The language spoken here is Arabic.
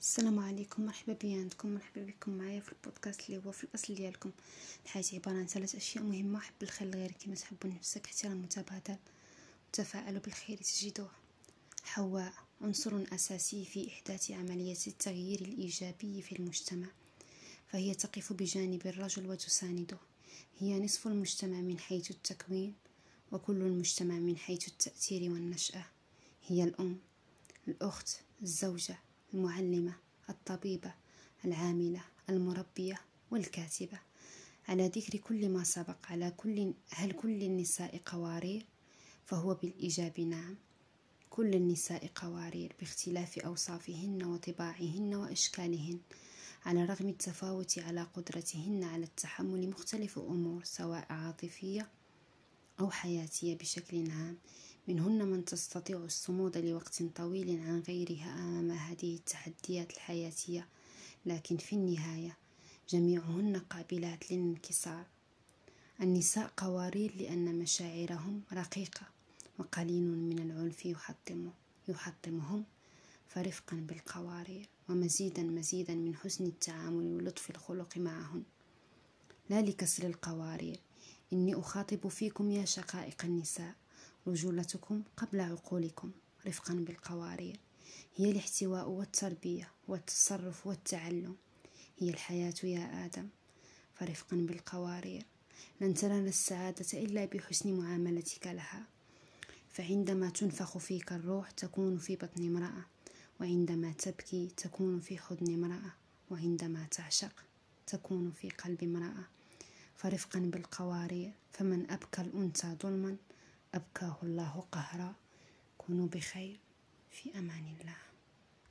السلام عليكم، مرحبا بيا عندكم، مرحبا بكم معايا في البودكاست اللي هو في الاصل ديالكم. الحياه عباره عن 3 اشياء مهمه: حب الخير لغيرك كما تحب لنفسك، احترام متبادل، وتفاءلوا بالخير تجدوه. حواء عنصر اساسي في احداث عمليه التغيير الايجابي في المجتمع، فهي تقف بجانب الرجل وتسانده. هي نصف المجتمع من حيث التكوين، وكل المجتمع من حيث التأثير والنشأة. هي الأم، الأخت، الزوجة، المعلمة، الطبيبة، العاملة، المربية، والكاتبة. على ذكر كل ما سبق، هل كل النساء قوارير؟ فهو بالإجاب نعم، كل النساء قوارير باختلاف أوصافهن وطباعهن وأشكالهن، على رغم التفاوت على قدرتهن على التحمل مختلف الأمور، سواء عاطفية أو حياتية بشكل عام. منهن من تستطيع الصمود لوقت طويل عن غيرها أمام هذه التحديات الحياتية، لكن في النهاية جميعهن قابلات للانكسار. النساء قوارير لأن مشاعرهم رقيقة، وقليل من العنف يحطمهم، فرفقا بالقوارير، ومزيدا من حسن التعامل ولطف الخلق معهن، لا لكسر القوارير. إني أخاطب فيكم يا شقائق النساء، رجولتكم قبل عقولكم، رفقا بالقوارير. هي الاحتواء والتربية والتصرف والتعلم، هي الحياة يا آدم، فرفقا بالقوارير. لن تنال السعادة إلا بحسن معاملتك لها، فعندما تنفخ فيك الروح تكون في بطن امرأة، وعندما تبكي تكون في حضن امرأة، وعندما تعشق تكون في قلب امرأة، فرفقا بالقوارير. فمن أبكى الأنثى ظلما أبكاه الله قهرا. كونوا بخير، في أمان الله.